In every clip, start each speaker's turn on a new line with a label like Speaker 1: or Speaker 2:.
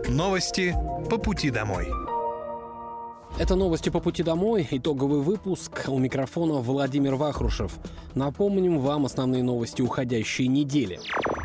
Speaker 1: Новости по пути домой.
Speaker 2: Это новости по пути домой, итоговый выпуск. У микрофона Владимир Вахрушев. Напомним вам основные новости уходящей недели.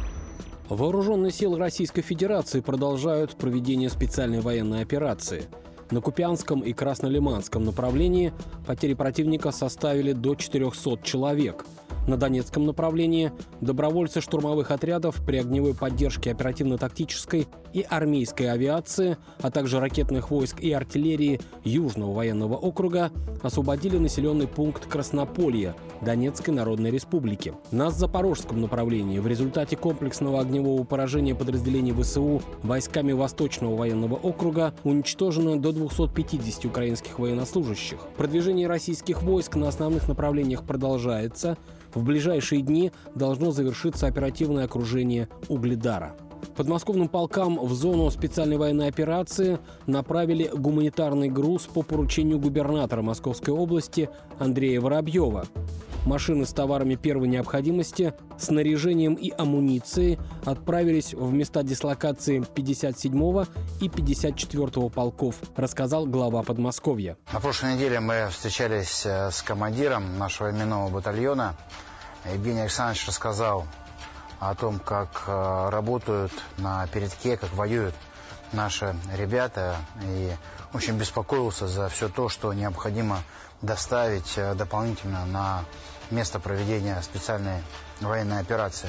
Speaker 2: Вооруженные силы Российской Федерации продолжают проведение специальной военной операции. На Купянском и Краснолиманском направлении потери противника составили до 400 человек. На Донецком направлении добровольцы штурмовых отрядов при огневой поддержке оперативно-тактической и армейской авиации, а также ракетных войск и артиллерии Южного военного округа освободили населенный пункт Краснополье Донецкой Народной Республики. На Запорожском направлении в результате комплексного огневого поражения подразделений ВСУ войсками Восточного военного округа уничтожено до 250 украинских военнослужащих. Продвижение российских войск на основных направлениях продолжается. В ближайшие дни должно завершиться оперативное окружение Угледара. Подмосковным полкам в зону специальной военной операции направили гуманитарный груз по поручению губернатора Московской области Андрея Воробьева. Машины с товарами первой необходимости, снаряжением и амуницией отправились в места дислокации 57-го и 54-го полков, рассказал глава Подмосковья.
Speaker 3: На прошлой неделе мы встречались с командиром нашего именного батальона. Евгений Александрович рассказал о том, как работают на передке, как воюют наши ребята. И очень беспокоился за все то, что необходимо доставить дополнительно на место проведения специальной военной операции.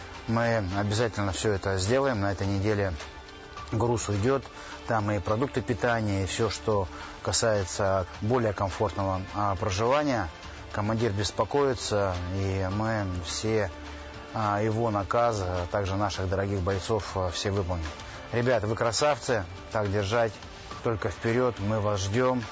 Speaker 3: Мы обязательно все это сделаем. На этой неделе груз уйдет. Там и продукты питания, и все, что касается более комфортного проживания. Командир беспокоится, и мы все его наказы, а также наших дорогих бойцов все выполним. Ребята, вы красавцы, так держать, только вперед, мы вас ждем,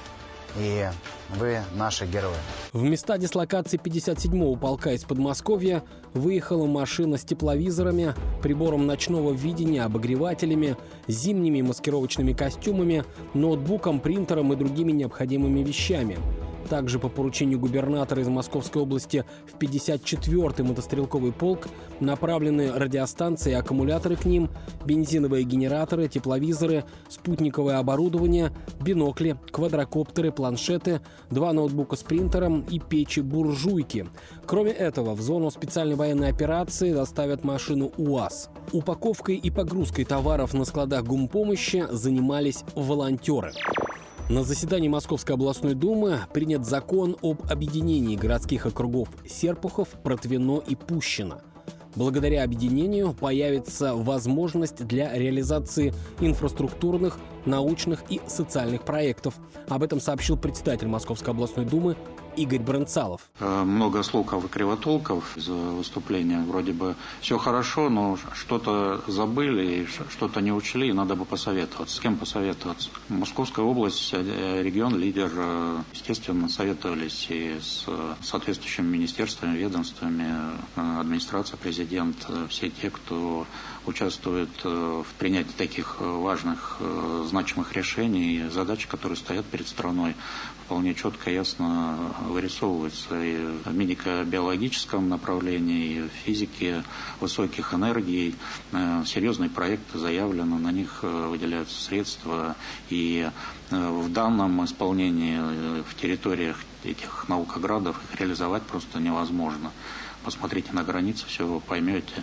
Speaker 3: и вы наши герои.
Speaker 2: В места дислокации 57-го полка из Подмосковья выехала машина с тепловизорами, прибором ночного видения, обогревателями, зимними маскировочными костюмами, ноутбуком, принтером и другими необходимыми вещами. Также по поручению губернатора из Московской области в 54-й мотострелковый полк направлены радиостанции и аккумуляторы к ним, бензиновые генераторы, тепловизоры, спутниковое оборудование, бинокли, квадрокоптеры, планшеты, 2 ноутбука с принтером и печи-буржуйки. Кроме этого, в зону специальной военной операции доставят машину УАЗ. Упаковкой и погрузкой товаров на складах гумпомощи занимались волонтеры. На заседании Московской областной думы принят закон об объединении городских округов Серпухов, Протвино и Пущино. Благодаря объединению появится возможность для реализации инфраструктурных, научных и социальных проектов. Об этом сообщил председатель Московской областной думы Игорь Бронцалов.
Speaker 4: Много слухов и кривотолков из выступления. Вроде бы все хорошо, но что-то забыли, что-то не учли, и надо бы посоветоваться. С кем посоветоваться? Московская область, регион, лидер, естественно, советовались и с соответствующими министерствами, ведомствами, администрация, президент, все те, кто участвует в принятии таких важных, значимых решений, задач, которые стоят перед страной, вполне четко и ясно вырисовываются и в медико-биологическом направлении, и в физике высоких энергий. Серьезные проекты заявлены, на них выделяются средства, и в данном исполнении в территориях этих наукоградов их реализовать просто невозможно. Посмотрите на границы, все вы поймете.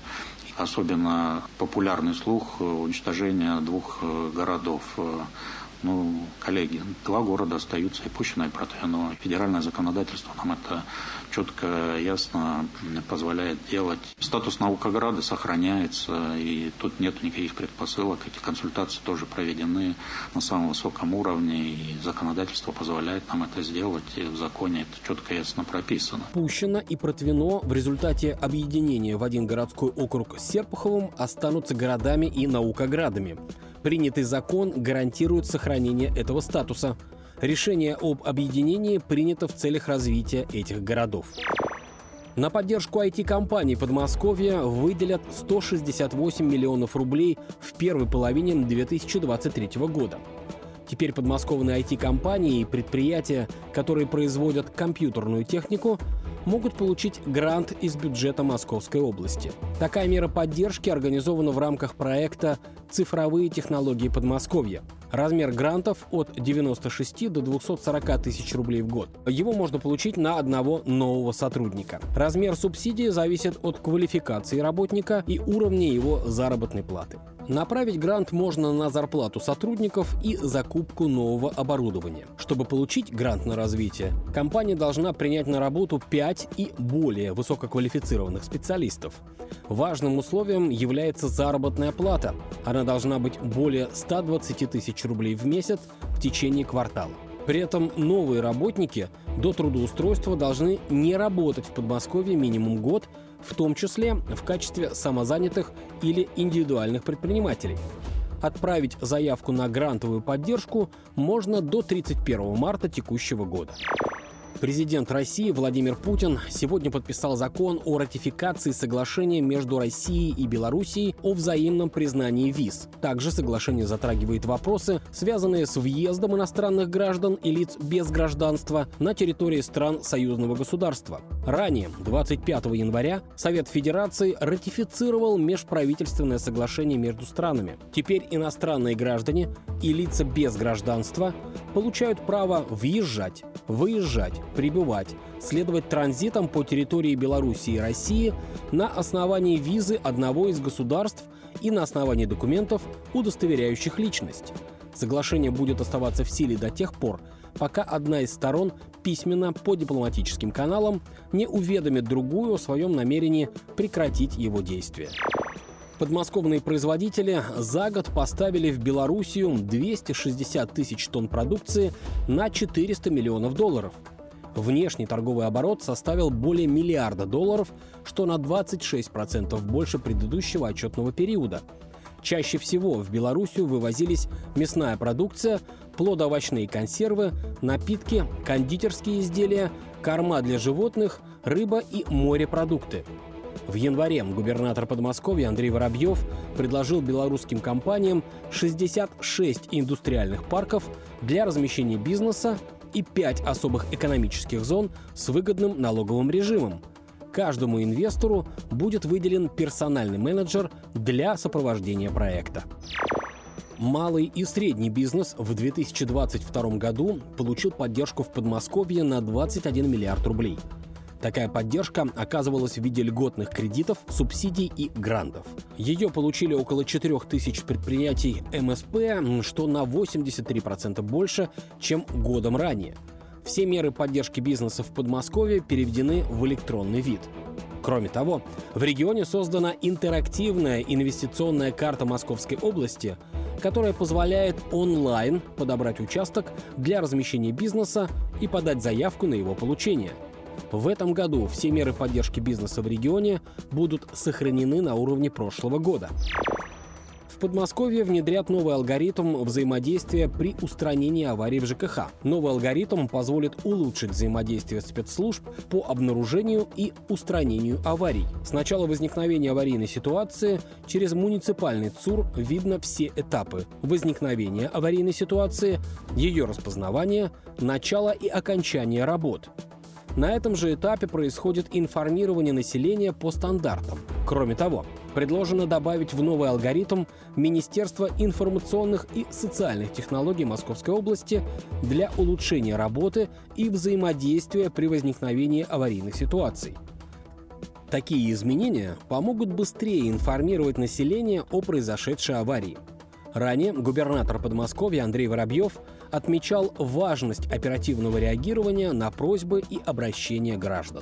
Speaker 4: Особенно популярный слух уничтожения 2 городов. Коллеги, 2 города остаются, и Пущино, и Протвино. Федеральное законодательство нам это четко, ясно позволяет делать. Статус наукограда сохраняется, и тут нет никаких предпосылок. Эти консультации тоже проведены на самом высоком уровне, и законодательство позволяет нам это сделать, и в законе это четко, ясно прописано.
Speaker 2: Пущино и Протвино в результате объединения в один городской округ с Серпуховым останутся городами и наукоградами. Принятый закон гарантирует сохранение этого статуса. Решение об объединении принято в целях развития этих городов. На поддержку IT-компаний Подмосковья выделят 168 миллионов рублей в первой половине 2023 года. Теперь подмосковные IT-компании и предприятия, которые производят компьютерную технику, могут получить грант из бюджета Московской области. Такая мера поддержки организована в рамках проекта «Цифровые технологии Подмосковья». Размер грантов от 96 до 240 тысяч рублей в год. Его можно получить на одного нового сотрудника. Размер субсидии зависит от квалификации работника и уровня его заработной платы. Направить грант можно на зарплату сотрудников и закупку нового оборудования. Чтобы получить грант на развитие, компания должна принять на работу 5 и более высококвалифицированных специалистов. Важным условием является заработная плата. Она должна быть более 120 тысяч рублей в месяц в течение квартала. При этом новые работники до трудоустройства должны не работать в Подмосковье минимум год, в том числе в качестве самозанятых или индивидуальных предпринимателей. Отправить заявку на грантовую поддержку можно до 31 марта текущего года. Президент России Владимир Путин сегодня подписал закон о ратификации соглашения между Россией и Белоруссией о взаимном признании виз. Также соглашение затрагивает вопросы, связанные с въездом иностранных граждан и лиц без гражданства на территории стран союзного государства. Ранее, 25 января, Совет Федерации ратифицировал межправительственное соглашение между странами. Теперь иностранные граждане и лица без гражданства получают право въезжать, выезжать, прибывать, следовать транзитом по территории Белоруссии и России на основании визы одного из государств и на основании документов, удостоверяющих личность. Соглашение будет оставаться в силе до тех пор, пока одна из сторон письменно по дипломатическим каналам не уведомит другую о своем намерении прекратить его действие. Подмосковные производители за год поставили в Белоруссию 260 тысяч тонн продукции на 400 миллионов долларов. Внешний торговый оборот составил более $1 миллиарда, что на 26% больше предыдущего отчетного периода. Чаще всего в Белоруссию вывозились мясная продукция, плодоовощные консервы, напитки, кондитерские изделия, корма для животных, рыба и морепродукты. В январе губернатор Подмосковья Андрей Воробьев предложил белорусским компаниям 66 индустриальных парков для размещения бизнеса и 5 особых экономических зон с выгодным налоговым режимом. Каждому инвестору будет выделен персональный менеджер для сопровождения проекта. Малый и средний бизнес в 2022 году получил поддержку в Подмосковье на 21 миллиард рублей. Такая поддержка оказывалась в виде льготных кредитов, субсидий и грантов. Ее получили около 4000 предприятий МСП, что на 83% больше, чем годом ранее. Все меры поддержки бизнеса в Подмосковье переведены в электронный вид. Кроме того, в регионе создана интерактивная инвестиционная карта Московской области, которая позволяет онлайн подобрать участок для размещения бизнеса и подать заявку на его получение. В этом году все меры поддержки бизнеса в регионе будут сохранены на уровне прошлого года. В Подмосковье внедрят новый алгоритм взаимодействия при устранении аварий в ЖКХ. Новый алгоритм позволит улучшить взаимодействие спецслужб по обнаружению и устранению аварий. С начала возникновения аварийной ситуации через муниципальный ЦУР видно все этапы возникновения аварийной ситуации, ее распознавания, начала и окончания работ. На этом же этапе происходит информирование населения по стандартам. Кроме того, предложено добавить в новый алгоритм Министерство информационных и социальных технологий Московской области для улучшения работы и взаимодействия при возникновении аварийных ситуаций. Такие изменения помогут быстрее информировать население о произошедшей аварии. Ранее губернатор Подмосковья Андрей Воробьев отмечал важность оперативного реагирования на просьбы и обращения граждан.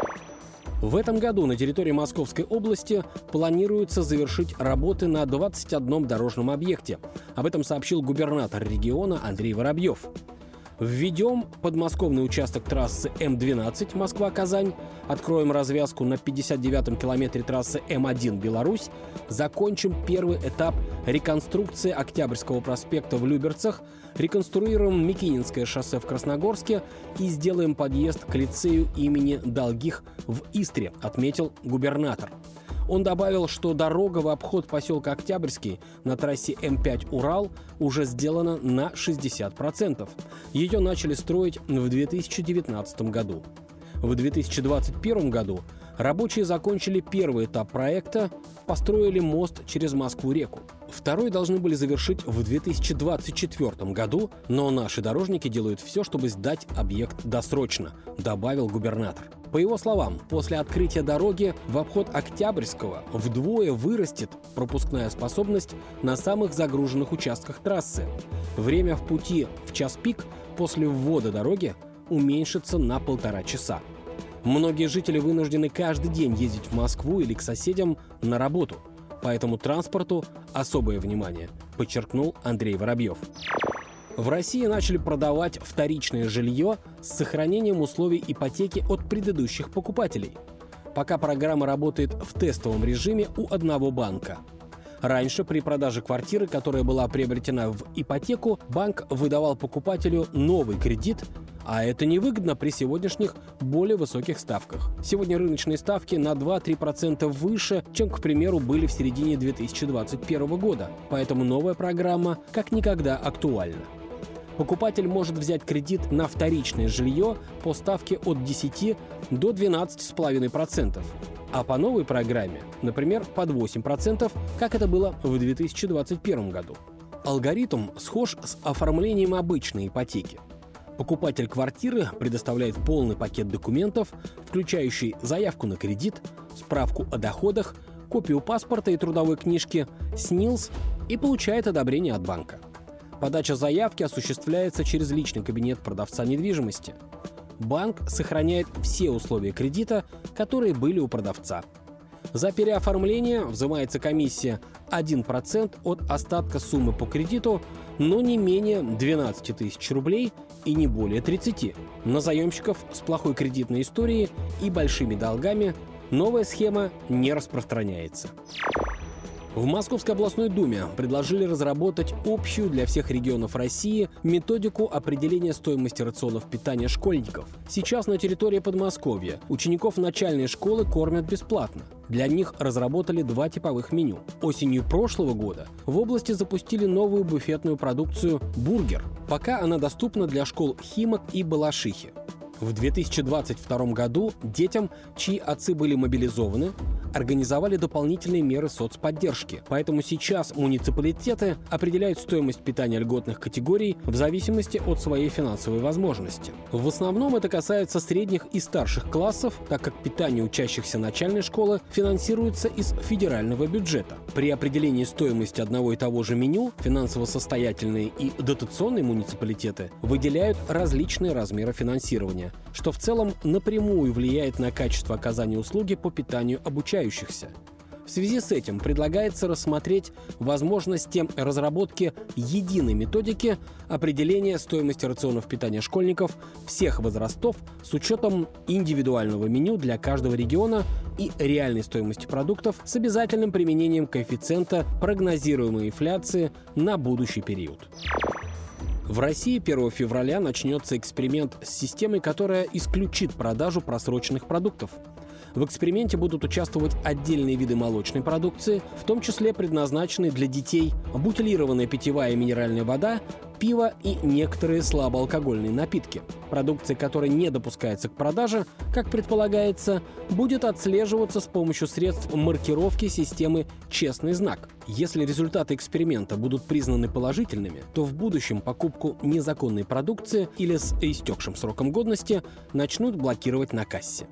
Speaker 2: В этом году на территории Московской области планируется завершить работы на 21 дорожном объекте. Об этом сообщил губернатор региона Андрей Воробьев. Введем подмосковный участок трассы М-12 Москва-Казань, откроем развязку на 59-м километре трассы М-1 Беларусь, закончим первый этап реконструкции Октябрьского проспекта в Люберцах, реконструируем Микининское шоссе в Красногорске и сделаем подъезд к лицею имени Долгих в Истре, отметил губернатор. Он добавил, что дорога в обход поселка Октябрьский на трассе М5 Урал уже сделана на 60%. Ее начали строить в 2019 году. В 2021 году рабочие закончили первый этап проекта, построили мост через Москву-реку. Второй должны были завершить в 2024 году, но наши дорожники делают все, чтобы сдать объект досрочно, добавил губернатор. По его словам, после открытия дороги в обход Октябрьского вдвое вырастет пропускная способность на самых загруженных участках трассы. Время в пути в час пик после ввода дороги уменьшится на 1,5 часа. Многие жители вынуждены каждый день ездить в Москву или к соседям на работу. Поэтому транспорту особое внимание, подчеркнул Андрей Воробьев. В России начали продавать вторичное жилье с сохранением условий ипотеки от предыдущих покупателей. Пока программа работает в тестовом режиме у одного банка. Раньше при продаже квартиры, которая была приобретена в ипотеку, банк выдавал покупателю новый кредит, а это невыгодно при сегодняшних более высоких ставках. Сегодня рыночные ставки на 2-3% выше, чем, к примеру, были в середине 2021 года. Поэтому новая программа как никогда актуальна. Покупатель может взять кредит на вторичное жилье по ставке от 10 до 12,5%. А по новой программе, например, под 8%, как это было в 2021 году. Алгоритм схож с оформлением обычной ипотеки. Покупатель квартиры предоставляет полный пакет документов, включающий заявку на кредит, справку о доходах, копию паспорта и трудовой книжки, СНИЛС и получает одобрение от банка. Подача заявки осуществляется через личный кабинет продавца недвижимости. Банк сохраняет все условия кредита, которые были у продавца. За переоформление взимается комиссия 1% от остатка суммы по кредиту, но не менее 12 тысяч рублей и не более 30. На заемщиков с плохой кредитной историей и большими долгами новая схема не распространяется. В Московской областной думе предложили разработать общую для всех регионов России методику определения стоимости рационов питания школьников. Сейчас на территории Подмосковья учеников начальной школы кормят бесплатно. Для них разработали 2 типовых меню. Осенью прошлого года в области запустили новую буфетную продукцию «Бургер». Пока она доступна для школ Химок и Балашихи. В 2022 году детям, чьи отцы были мобилизованы, организовали дополнительные меры соцподдержки. Поэтому сейчас муниципалитеты определяют стоимость питания льготных категорий в зависимости от своей финансовой возможности. В основном это касается средних и старших классов, так как питание учащихся начальной школы финансируется из федерального бюджета. При определении стоимости одного и того же меню финансово состоятельные и дотационные муниципалитеты выделяют различные размеры финансирования, что в целом напрямую влияет на качество оказания услуги по питанию обучающихся. В связи с этим предлагается рассмотреть возможности разработки единой методики определения стоимости рационов питания школьников всех возрастов с учетом индивидуального меню для каждого региона и реальной стоимости продуктов с обязательным применением коэффициента прогнозируемой инфляции на будущий период. В России 1 февраля начнется эксперимент с системой, которая исключит продажу просроченных продуктов. В эксперименте будут участвовать отдельные виды молочной продукции, в том числе предназначенные для детей, бутилированная питьевая и минеральная вода, пиво и некоторые слабоалкогольные напитки. Продукция, которая не допускается к продаже, как предполагается, будет отслеживаться с помощью средств маркировки системы «Честный знак». Если результаты эксперимента будут признаны положительными, то в будущем покупку незаконной продукции или с истекшим сроком годности начнут блокировать на кассе.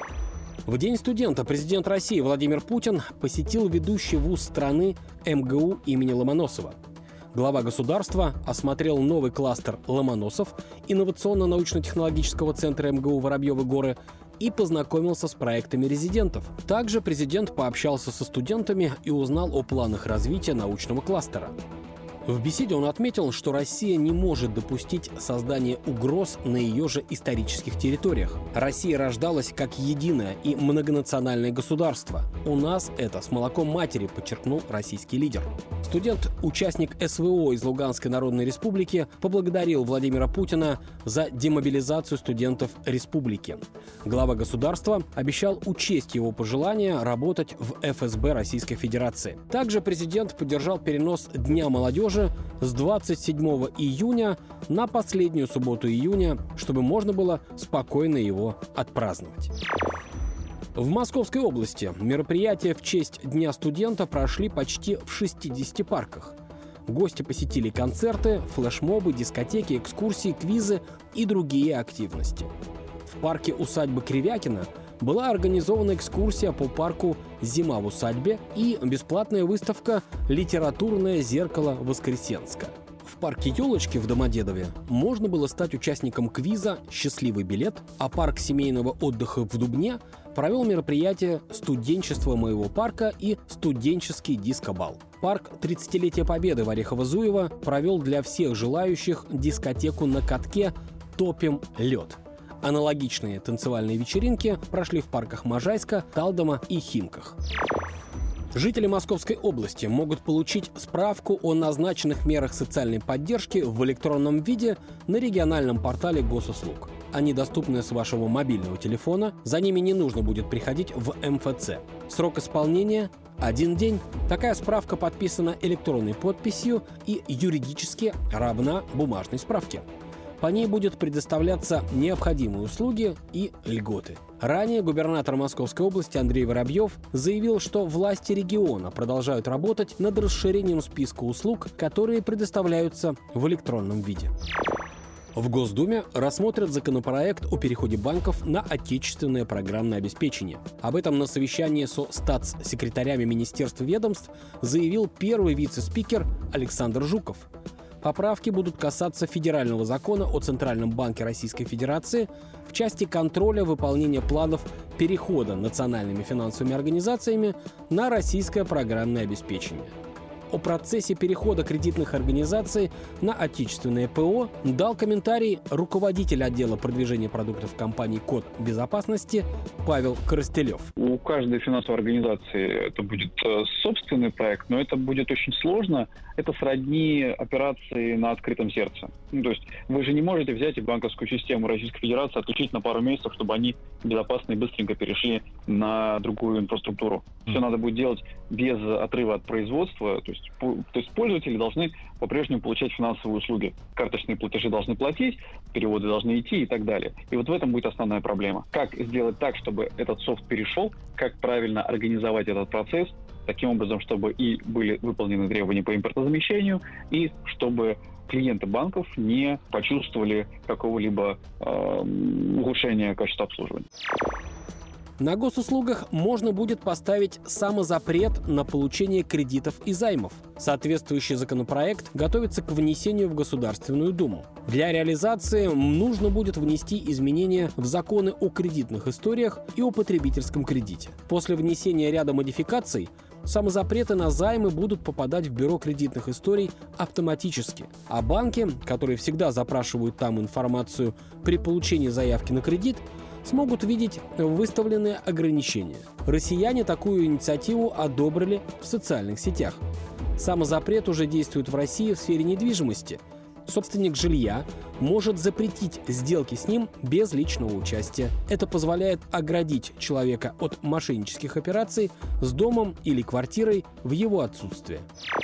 Speaker 2: В День студента президент России Владимир Путин посетил ведущий вуз страны МГУ имени Ломоносова. Глава государства осмотрел новый кластер Ломоносов инновационно-научно-технологического центра МГУ Воробьевы горы и познакомился с проектами резидентов. Также президент пообщался со студентами и узнал о планах развития научного кластера. В беседе он отметил, что Россия не может допустить создания угроз на ее же исторических территориях. Россия рождалась как единое и многонациональное государство. У нас это с молоком матери, подчеркнул российский лидер. Студент, участник СВО из Луганской Народной Республики, поблагодарил Владимира Путина за демобилизацию студентов республики. Глава государства обещал учесть его пожелания работать в ФСБ Российской Федерации. Также президент поддержал перенос Дня молодежи же с 27 июня на последнюю субботу июня, чтобы можно было спокойно его отпраздновать. В Московской области мероприятия в честь Дня студента прошли почти в 60 парках. Гости посетили концерты, флешмобы, дискотеки, экскурсии, квизы и другие активности. В парке усадьбы Кривякина была организована экскурсия по парку «Зима в усадьбе» и бесплатная выставка «Литературное зеркало Воскресенска». В парке «Елочки» в Домодедове можно было стать участником квиза «Счастливый билет», а парк семейного отдыха в Дубне провел мероприятие «Студенчество моего парка» и «Студенческий дискобал». Парк 30-летия Победы в Орехово-Зуево провел для всех желающих дискотеку на катке «Топим лед». Аналогичные танцевальные вечеринки прошли в парках Можайска, Талдома и Химках. Жители Московской области могут получить справку о назначенных мерах социальной поддержки в электронном виде на региональном портале госуслуг. Они доступны с вашего мобильного телефона, за ними не нужно будет приходить в МФЦ. Срок исполнения – 1 день. Такая справка подписана электронной подписью и юридически равна бумажной справке. По ней будут предоставляться необходимые услуги и льготы. Ранее губернатор Московской области Андрей Воробьев заявил, что власти региона продолжают работать над расширением списка услуг, которые предоставляются в электронном виде. В Госдуме рассмотрят законопроект о переходе банков на отечественное программное обеспечение. Об этом на совещании со статс-секретарями министерств и ведомств заявил первый вице-спикер Александр Жуков. Поправки будут касаться федерального закона о Центральном банке Российской Федерации в части контроля выполнения планов перехода национальными финансовыми организациями на российское программное обеспечение. О процессе перехода кредитных организаций на отечественное ПО дал комментарий руководитель отдела продвижения продуктов компании «Код безопасности» Павел Коростелев.
Speaker 5: У каждой финансовой организации это будет собственный проект, но это будет очень сложно. Это сродни операции на открытом сердце. То есть вы же не можете взять и банковскую систему Российской Федерации отключить на пару месяцев, чтобы они безопасно и быстренько перешли на другую инфраструктуру. Все надо будет делать без отрыва от производства. То есть пользователи должны по-прежнему получать финансовые услуги. Карточные платежи должны платить, переводы должны идти и так далее. И вот в этом будет основная проблема. Как сделать так, чтобы этот софт перешел, как правильно организовать этот процесс, таким образом, чтобы и были выполнены требования по импортозамещению, и чтобы клиенты банков не почувствовали какого-либо ухудшения качества обслуживания.
Speaker 2: На госуслугах можно будет поставить самозапрет на получение кредитов и займов. Соответствующий законопроект готовится к внесению в Государственную Думу. Для реализации нужно будет внести изменения в законы о кредитных историях и о потребительском кредите. После внесения ряда модификаций самозапреты на займы будут попадать в Бюро кредитных историй автоматически, а банки, которые всегда запрашивают там информацию при получении заявки на кредит, смогут видеть выставленные ограничения. Россияне такую инициативу одобрили в социальных сетях. Самозапрет уже действует в России в сфере недвижимости. Собственник жилья может запретить сделки с ним без личного участия. Это позволяет оградить человека от мошеннических операций с домом или квартирой в его отсутствие.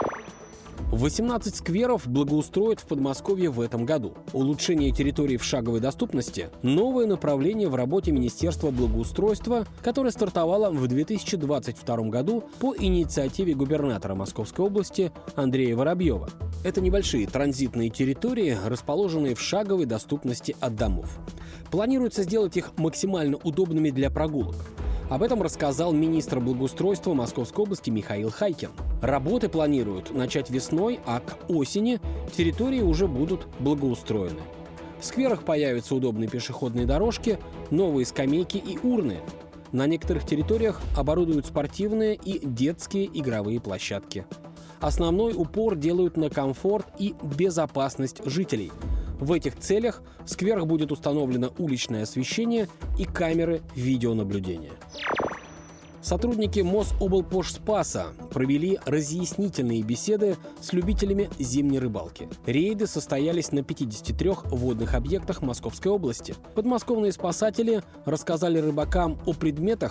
Speaker 2: 18 скверов благоустроят в Подмосковье в этом году. Улучшение территории в шаговой доступности – новое направление в работе Министерства благоустройства, которое стартовало в 2022 году по инициативе губернатора Московской области Андрея Воробьева. Это небольшие транзитные территории, расположенные в шаговой доступности от домов. Планируется сделать их максимально удобными для прогулок. Об этом рассказал министр благоустройства Московской области Михаил Хайкин. Работы планируют начать весной, а к осени территории уже будут благоустроены. В скверах появятся удобные пешеходные дорожки, новые скамейки и урны. На некоторых территориях оборудуют спортивные и детские игровые площадки. Основной упор делают на комфорт и безопасность жителей. В этих целях в скверах будет установлено уличное освещение и камеры видеонаблюдения. Сотрудники Мособлпошспаса провели разъяснительные беседы с любителями зимней рыбалки. Рейды состоялись на 53 водных объектах Московской области. Подмосковные спасатели рассказали рыбакам о предметах,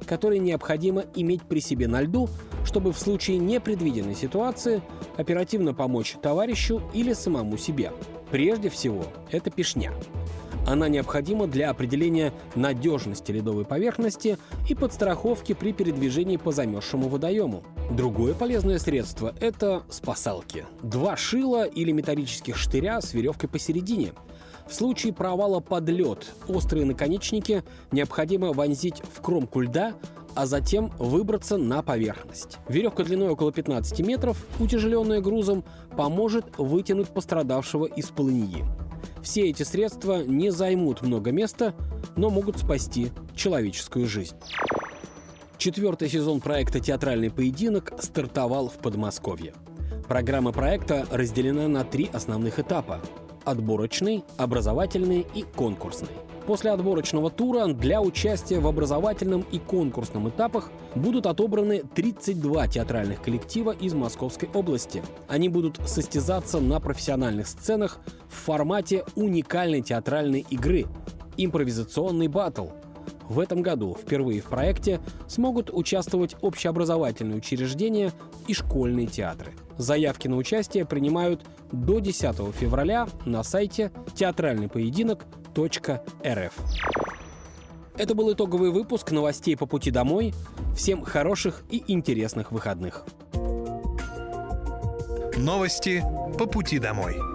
Speaker 2: которые необходимо иметь при себе на льду, чтобы в случае непредвиденной ситуации оперативно помочь товарищу или самому себе. Прежде всего, это пешня. Она необходима для определения надежности ледовой поверхности и подстраховки при передвижении по замерзшему водоему. Другое полезное средство — это спасалки. 2 шила или металлических штыря с веревкой посередине. В случае провала под лед острые наконечники необходимо вонзить в кромку льда, а затем выбраться на поверхность. Веревка длиной около 15 метров, утяжеленная грузом, поможет вытянуть пострадавшего из полыньи. Все эти средства не займут много места, но могут спасти человеческую жизнь. 4-й сезон проекта «Театральный поединок» стартовал в Подмосковье. Программа проекта разделена на 3 основных этапа – отборочный, образовательный и конкурсный. После отборочного тура для участия в образовательном и конкурсном этапах будут отобраны 32 театральных коллектива из Московской области. Они будут состязаться на профессиональных сценах в формате уникальной театральной игры – импровизационный баттл. В этом году впервые в проекте смогут участвовать общеобразовательные учреждения и школьные театры. Заявки на участие принимают до 10 февраля на сайте театральныйпоединок.рф. Это был итоговый выпуск новостей по пути домой. Всем хороших и интересных выходных.
Speaker 1: Новости по пути домой.